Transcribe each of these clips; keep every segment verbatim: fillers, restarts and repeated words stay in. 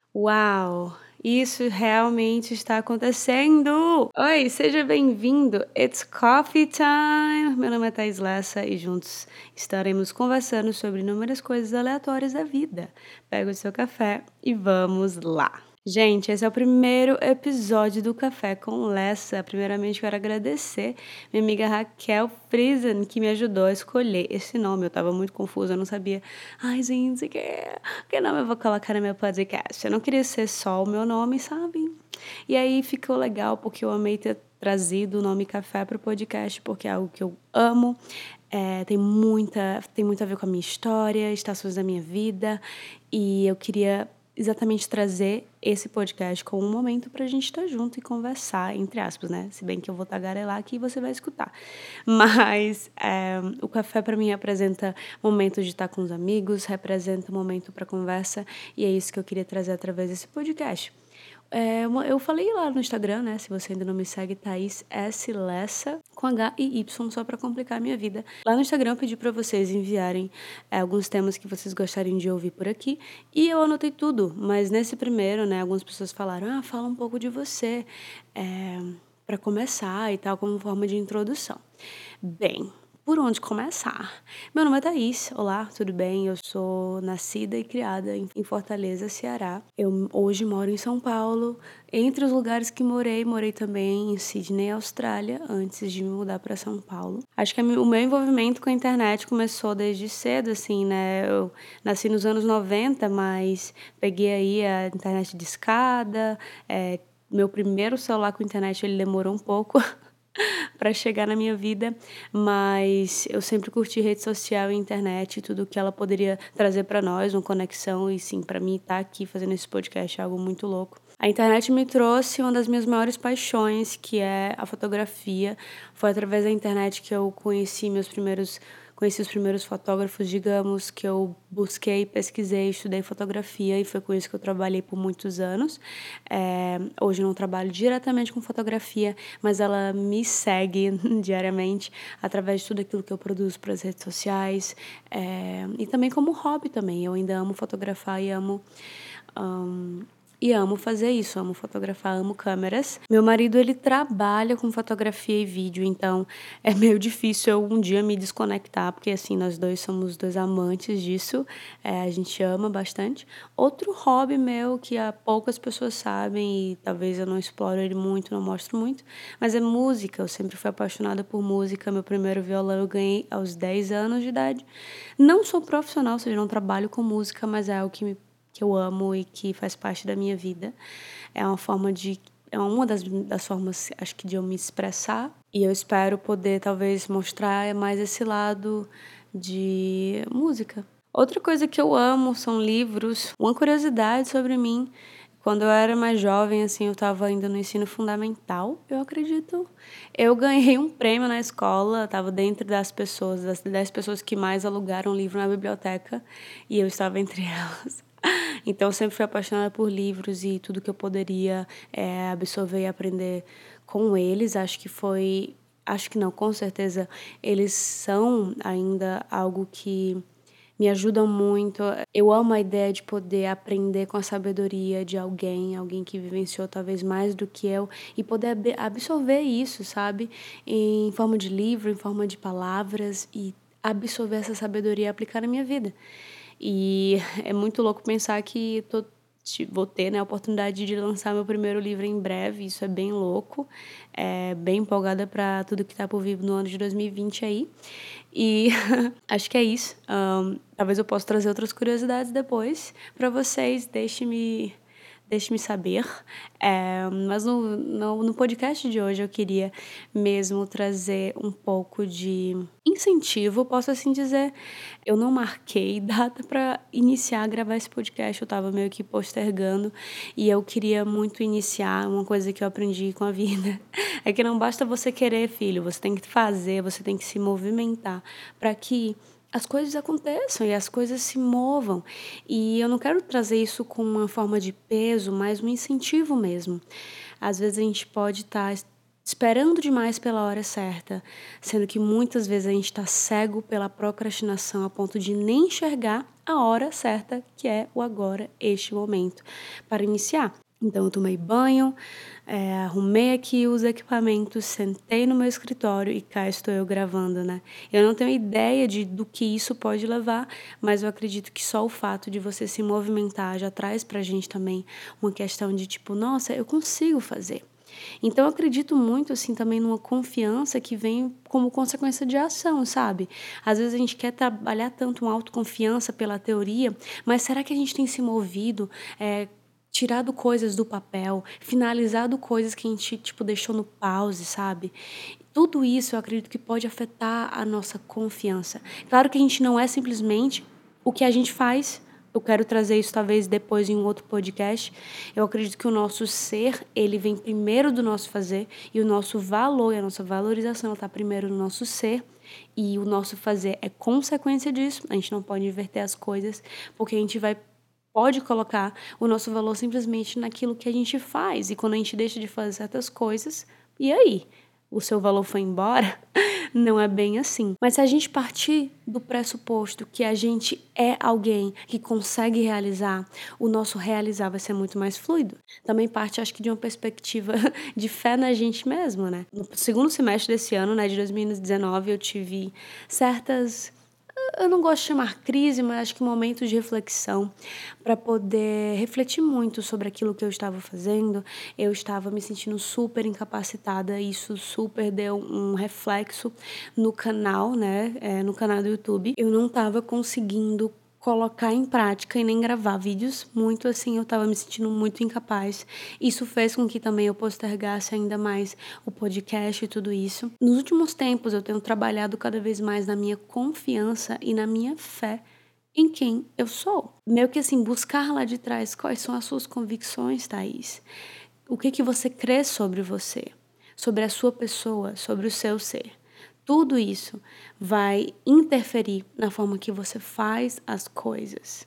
Uau! Isso realmente está acontecendo! Oi, seja bem-vindo! It's coffee time! Meu nome é Thaís Lessa e juntos estaremos conversando sobre inúmeras coisas aleatórias da vida. Pega o seu café e vamos lá! Gente, esse é o primeiro episódio do Café com Lessa. Primeiramente, quero agradecer minha amiga Raquel Friesen, que me ajudou a escolher esse nome. Eu tava muito confusa, eu não sabia. Ai, gente, que, que nome eu vou colocar no meu podcast? Eu não queria ser só o meu nome, sabe? E aí ficou legal, porque eu amei ter trazido o nome Café para o podcast, porque é algo que eu amo. É, tem muita, tem muito a ver com a minha história, estações da minha vida, e eu queria exatamente trazer esse podcast como um momento pra gente estar junto e conversar, entre aspas, né? Se bem que eu vou tagarelar aqui e você vai escutar. Mas é, o café para mim representa momentos de estar com os amigos, representa um momento para conversa, e é isso que eu queria trazer através desse podcast. É, eu falei lá no Instagram, né? Se você ainda não me segue, Thaís S. Lessa, com H e Y, só para complicar a minha vida. Lá no Instagram eu pedi para vocês enviarem é, alguns temas que vocês gostariam de ouvir por aqui. E eu anotei tudo, mas nesse primeiro, né? Algumas pessoas falaram, ah, fala um pouco de você, é, para começar e tal, como forma de introdução. Bem, por onde começar? Meu nome é Thaís, olá, tudo bem? Eu sou nascida e criada em Fortaleza, Ceará. Eu hoje moro em São Paulo. Entre os lugares que morei, morei também em Sydney, Austrália, antes de me mudar para São Paulo. Acho que o meu envolvimento com a internet começou desde cedo, assim, né? Eu nasci nos anos noventa, mas peguei aí a internet de escada. É, meu primeiro celular com internet, ele demorou um pouco para chegar na minha vida, mas eu sempre curti rede social e internet, tudo que ela poderia trazer para nós, uma conexão, e sim, para mim estar aqui fazendo esse podcast é algo muito louco. A internet me trouxe uma das minhas maiores paixões, que é a fotografia. Foi através da internet que eu conheci meus primeiros Conheci os primeiros fotógrafos, digamos, que eu busquei, pesquisei, estudei fotografia, e foi com isso que eu trabalhei por muitos anos. É, hoje eu não trabalho diretamente com fotografia, mas ela me segue diariamente através de tudo aquilo que eu produzo para as redes sociais, é, e também como hobby também. Eu ainda amo fotografar e amo... Um, E amo fazer isso, amo fotografar, amo câmeras. Meu marido, ele trabalha com fotografia e vídeo, então é meio difícil eu um dia me desconectar, porque assim, nós dois somos dois amantes disso, é, a gente ama bastante. Outro hobby meu que há poucas pessoas sabem, e talvez eu não exploro ele muito, não mostro muito, mas é música. Eu sempre fui apaixonada por música. Meu primeiro violão eu ganhei aos dez anos de idade. Não sou profissional, ou seja, não trabalho com música, mas é algo que me que eu amo e que faz parte da minha vida. É uma forma de... É uma das, das formas, acho que, de eu me expressar. E eu espero poder, talvez, mostrar mais esse lado de música. Outra coisa que eu amo são livros. Uma curiosidade sobre mim: quando eu era mais jovem, assim, eu estava ainda no ensino fundamental, eu acredito. Eu ganhei um prêmio na escola, estava dentro das pessoas, das dez pessoas que mais alugaram livro na biblioteca, e eu estava entre elas. Então, eu sempre fui apaixonada por livros e tudo que eu poderia é, absorver e aprender com eles. Acho que foi... Acho que não, com certeza, eles são ainda algo que me ajudam muito. Eu amo a ideia de poder aprender com a sabedoria de alguém, alguém que vivenciou talvez mais do que eu, e poder absorver isso, sabe? Em forma de livro, em forma de palavras, e absorver essa sabedoria e aplicar na minha vida. E é muito louco pensar que tô, vou ter, né, a oportunidade de lançar meu primeiro livro em breve. Isso é bem louco. É bem empolgada para tudo que tá por vir no ano de dois mil e vinte aí. E acho que é isso. Um, talvez eu possa trazer outras curiosidades depois para vocês. Deixe-me Deixe-me saber. É, mas no, no, no podcast de hoje eu queria mesmo trazer um pouco de incentivo, posso assim dizer. Eu não marquei data para iniciar a gravar esse podcast, eu estava meio que postergando, e eu queria muito iniciar. Uma coisa que eu aprendi com a vida é que não basta você querer, filho, você tem que fazer, você tem que se movimentar para que as coisas aconteçam e as coisas se movam. E eu não quero trazer isso como uma forma de peso, mas um incentivo mesmo. Às vezes a gente pode estar esperando demais pela hora certa, sendo que muitas vezes a gente está cego pela procrastinação a ponto de nem enxergar a hora certa, que é o agora, este momento, para iniciar. Então eu tomei banho, é, arrumei aqui os equipamentos, sentei no meu escritório e cá estou eu gravando, né? Eu não tenho ideia de, do que isso pode levar, mas eu acredito que só o fato de você se movimentar já traz pra gente também uma questão de tipo, nossa, eu consigo fazer. Então eu acredito muito assim também numa confiança que vem como consequência de ação, sabe? Às vezes a gente quer trabalhar tanto uma autoconfiança pela teoria, mas será que a gente tem se movido, é, tirado coisas do papel, finalizado coisas que a gente tipo deixou no pause, sabe? Tudo isso eu acredito que pode afetar a nossa confiança. Claro que a gente não é simplesmente o que a gente faz. Eu quero trazer isso talvez depois em um outro podcast. Eu acredito que o nosso ser, ele vem primeiro do nosso fazer e o nosso valor e a nossa valorização está primeiro no nosso ser e o nosso fazer é consequência disso. A gente não pode inverter as coisas porque a gente vai pode colocar o nosso valor simplesmente naquilo que a gente faz e quando a gente deixa de fazer certas coisas, e aí? O seu valor foi embora? Não é bem assim. Mas se a gente partir do pressuposto que a gente é alguém que consegue realizar, o nosso realizar vai ser muito mais fluido. Também parte, acho que, de uma perspectiva de fé na gente mesmo, né? No segundo semestre desse ano, né, de dois mil e dezenove, eu tive certas... Eu não gosto de chamar crise, mas acho que momentos de reflexão para poder refletir muito sobre aquilo que eu estava fazendo. Eu estava me sentindo super incapacitada, isso super deu um reflexo no canal, né, é, no canal do YouTube. Eu não estava conseguindo colocar em prática e nem gravar vídeos, muito assim, eu estava me sentindo muito incapaz. Isso fez com que também eu postergasse ainda mais o podcast e tudo isso. Nos últimos tempos eu tenho trabalhado cada vez mais na minha confiança e na minha fé em quem eu sou. Meio que assim, buscar lá de trás quais são as suas convicções, Thaís. O que que você crê sobre você, sobre a sua pessoa, sobre o seu ser. Tudo isso vai interferir na forma que você faz as coisas.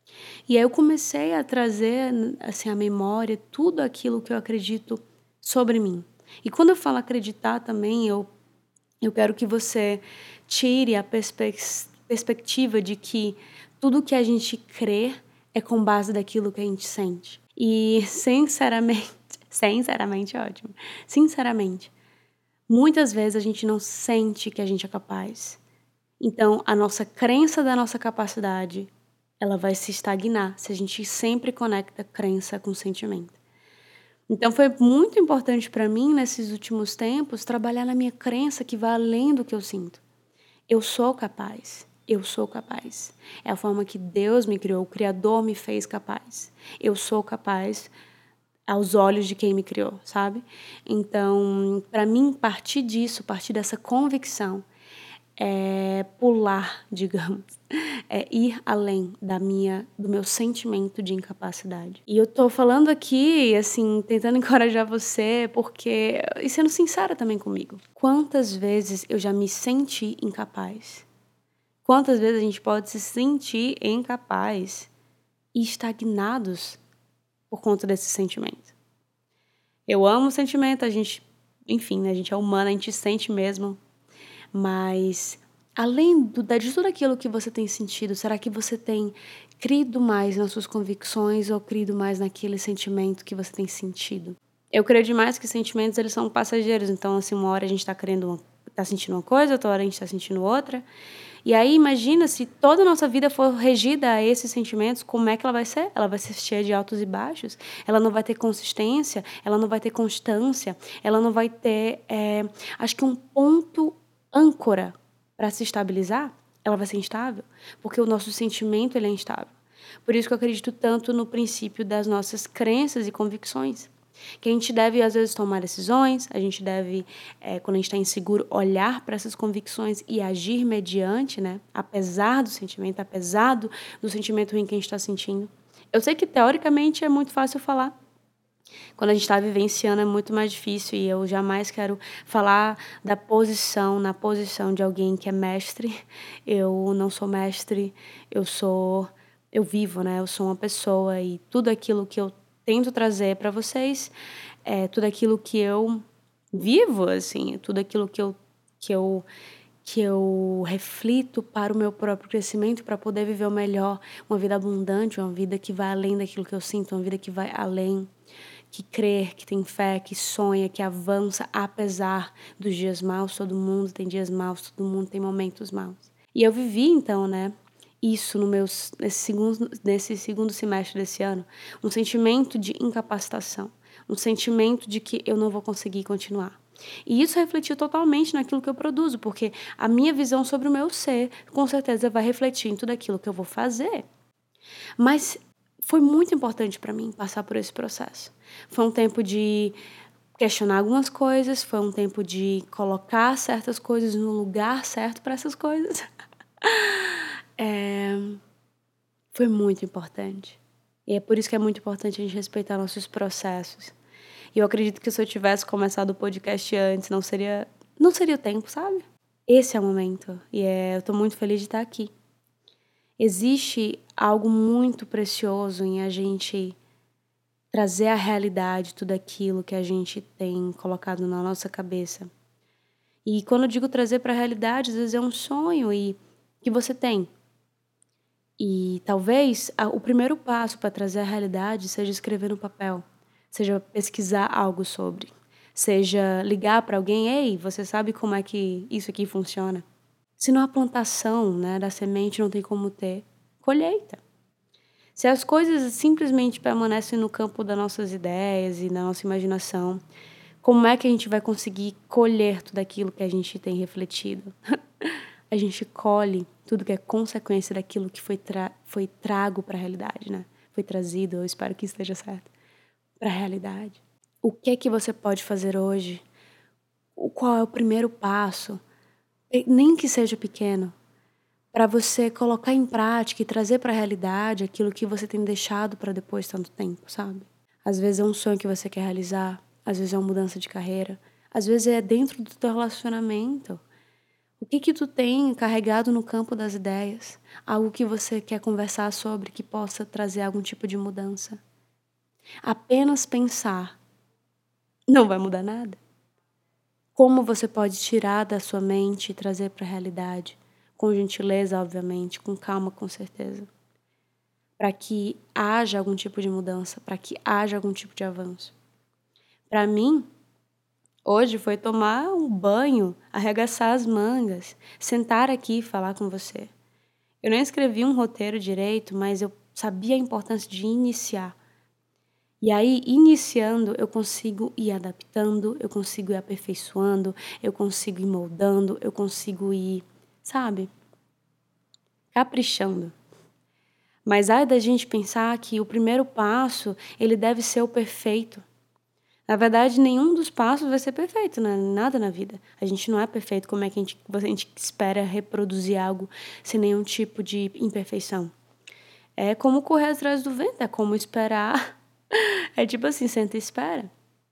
E aí eu comecei a trazer assim, à memória tudo aquilo que eu acredito sobre mim. E quando eu falo acreditar também, eu, eu quero que você tire a perspe- perspectiva de que tudo que a gente crê é com base daquilo que a gente sente. E sinceramente, sinceramente ótimo, sinceramente, muitas vezes a gente não sente que a gente é capaz. Então, a nossa crença da nossa capacidade, ela vai se estagnar se a gente sempre conecta crença com sentimento. Então, foi muito importante para mim, nesses últimos tempos, trabalhar na minha crença que vai além do que eu sinto. Eu sou capaz. Eu sou capaz. É a forma que Deus me criou, o Criador me fez capaz. Eu sou capaz aos olhos de quem me criou, sabe? Então, para mim, partir disso, partir dessa convicção, é pular, digamos, é ir além da minha, do meu sentimento de incapacidade. E eu tô falando aqui, assim, tentando encorajar você, porque, e sendo sincera também comigo, quantas vezes eu já me senti incapaz? Quantas vezes a gente pode se sentir incapaz e estagnados por conta desse sentimento? Eu amo o sentimento, a gente, enfim, né, a gente é humana, a gente sente mesmo, mas além do, de tudo aquilo que você tem sentido, será que você tem crido mais nas suas convicções ou crido mais naquele sentimento que você tem sentido? Eu creio demais que sentimentos, eles são passageiros, então assim, uma hora a gente está querendo uma, tá sentindo uma coisa, outra hora a gente está sentindo outra. E aí imagina se toda a nossa vida for regida a esses sentimentos, como é que ela vai ser? Ela vai ser cheia de altos e baixos, ela não vai ter consistência, ela não vai ter constância, ela não vai ter, é, acho que um ponto âncora para se estabilizar, ela vai ser instável, porque o nosso sentimento ele é instável. Por isso que eu acredito tanto no princípio das nossas crenças e convicções. Que a gente deve, às vezes, tomar decisões, a gente deve, é, quando a gente está inseguro, olhar para essas convicções e agir mediante, né? Apesar do sentimento, apesar do, do sentimento ruim que a gente está sentindo. Eu sei que, teoricamente, é muito fácil falar. Quando a gente está vivenciando é muito mais difícil e eu jamais quero falar da posição, na posição de alguém que é mestre. Eu não sou mestre, eu sou... Eu vivo, né? Eu sou uma pessoa e tudo aquilo que eu tento trazer para vocês, é tudo aquilo que eu vivo, assim, tudo aquilo que eu, que eu, que eu reflito para o meu próprio crescimento, para poder viver o melhor, uma vida abundante, uma vida que vai além daquilo que eu sinto, uma vida que vai além, que crê, que tem fé, que sonha, que avança, apesar dos dias maus. Todo mundo tem dias maus, todo mundo tem momentos maus. E eu vivi, então, né, isso no meus, nesse, segundo, nesse segundo semestre desse ano, um sentimento de incapacitação, um sentimento de que eu não vou conseguir continuar. E isso refletiu totalmente naquilo que eu produzo, porque a minha visão sobre o meu ser, com certeza, vai refletir em tudo aquilo que eu vou fazer. Mas foi muito importante para mim passar por esse processo. Foi um tempo de questionar algumas coisas, foi um tempo de colocar certas coisas no lugar certo para essas coisas. É, foi muito importante. E é por isso que é muito importante a gente respeitar nossos processos. E eu acredito que se eu tivesse começado o podcast antes, não seria, não seria o tempo, sabe? Esse é o momento. E é, eu tô muito feliz de estar aqui. Existe algo muito precioso em a gente trazer à realidade tudo aquilo que a gente tem colocado na nossa cabeça. E quando eu digo trazer para a realidade, às vezes é um sonho e que você tem. E talvez a, o primeiro passo para trazer a realidade seja escrever no papel, seja pesquisar algo sobre, seja ligar para alguém, ei, você sabe como é que isso aqui funciona? Se não há plantação, né, da semente, não tem como ter colheita. Se as coisas simplesmente permanecem no campo das nossas ideias e da nossa imaginação, como é que a gente vai conseguir colher tudo aquilo que a gente tem refletido? A gente colhe tudo que é consequência daquilo que foi, tra- foi trago para a realidade, né? Foi trazido, eu espero que esteja certo, para a realidade. O que é que você pode fazer hoje? O qual é o primeiro passo? Nem que seja pequeno, para você colocar em prática e trazer para a realidade aquilo que você tem deixado para depois de tanto tempo, sabe? Às vezes é um sonho que você quer realizar, às vezes é uma mudança de carreira, às vezes é dentro do teu relacionamento. O que que tu tem carregado no campo das ideias? Algo que você quer conversar sobre que possa trazer algum tipo de mudança? Apenas pensar não vai mudar nada. Como você pode tirar da sua mente e trazer para a realidade? Com gentileza, obviamente, com calma, com certeza. Para que haja algum tipo de mudança, para que haja algum tipo de avanço. Para mim, hoje foi tomar um banho, arregaçar as mangas, sentar aqui e falar com você. Eu nem escrevi um roteiro direito, mas eu sabia a importância de iniciar. E aí, iniciando, eu consigo ir adaptando, eu consigo ir aperfeiçoando, eu consigo ir moldando, eu consigo ir, sabe, caprichando. Mas ai da gente pensar que o primeiro passo, ele deve ser o perfeito. Na verdade, nenhum dos passos vai ser perfeito, né? Nada na vida. A gente não é perfeito. Como é que a gente, a gente espera reproduzir algo sem nenhum tipo de imperfeição? É como correr atrás do vento, é como esperar. É tipo assim, senta e espera.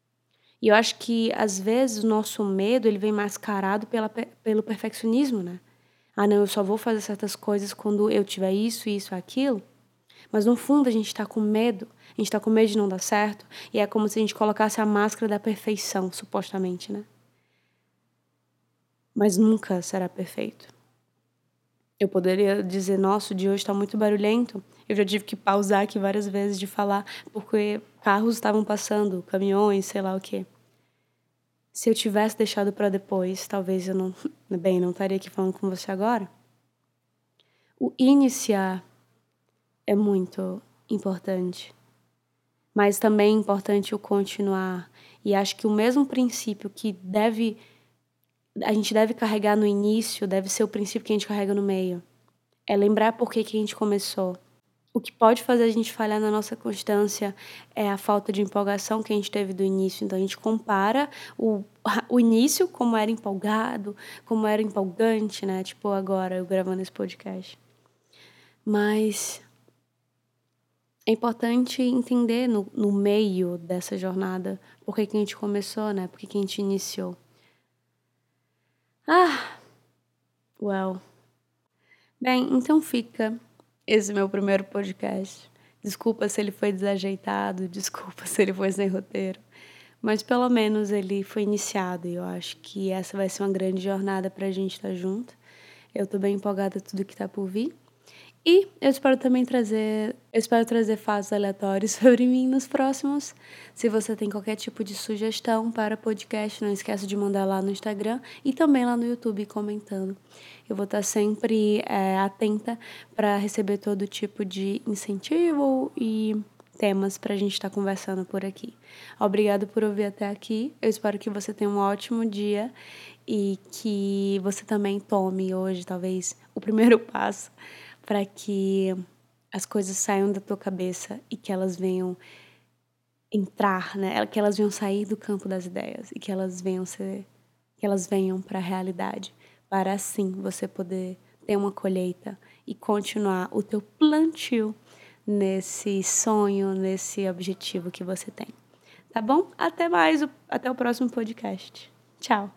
E eu acho que, às vezes, o nosso medo, ele vem mascarado pela, pelo perfeccionismo, né? Ah, não, eu só vou fazer certas coisas quando eu tiver isso, isso, aquilo. Mas, no fundo, a gente tá com medo. A gente tá com medo de não dar certo. E é como se a gente colocasse a máscara da perfeição, supostamente, né? Mas nunca será perfeito. Eu poderia dizer, nossa, o dia hoje tá muito barulhento. Eu já tive que pausar aqui várias vezes de falar, porque carros estavam passando, caminhões, sei lá o quê. Se eu tivesse deixado para depois, talvez eu não... Bem, não estaria aqui falando com você agora. O iniciar é muito importante. Mas também é importante o continuar. E acho que o mesmo princípio que deve... A gente deve carregar no início, deve ser o princípio que a gente carrega no meio. É lembrar por que que a gente começou. O que pode fazer a gente falhar na nossa constância é a falta de empolgação que a gente teve do início. Então, a gente compara o, o início, como era empolgado, como era empolgante, né? Tipo, agora, eu gravando esse podcast. Mas é importante entender no, no meio dessa jornada por que que a gente começou, né? Por que que a gente iniciou. Ah, well. Bem, então fica esse meu primeiro podcast. Desculpa se ele foi desajeitado, desculpa se ele foi sem roteiro. mas pelo menos ele foi iniciado e eu acho que essa vai ser uma grande jornada pra gente estar junto. Eu tô bem empolgada com tudo que tá por vir. E eu espero também trazer, eu espero trazer fatos aleatórios sobre mim nos próximos. Se você tem qualquer tipo de sugestão para podcast, não esqueça de mandar lá no Instagram e também lá no YouTube comentando. Eu vou estar sempre é, atenta para receber todo tipo de incentivo e temas para a gente estar conversando por aqui. Obrigado por ouvir até aqui. Eu espero que você tenha um ótimo dia e que você também tome hoje, talvez, o primeiro passo para que as coisas saiam da tua cabeça e que elas venham entrar, né? Que elas venham sair do campo das ideias e que elas venham ser, que elas venham para a realidade, para assim você poder ter uma colheita e continuar o teu plantio nesse sonho, nesse objetivo que você tem. Tá bom? Até mais, até o próximo podcast. Tchau.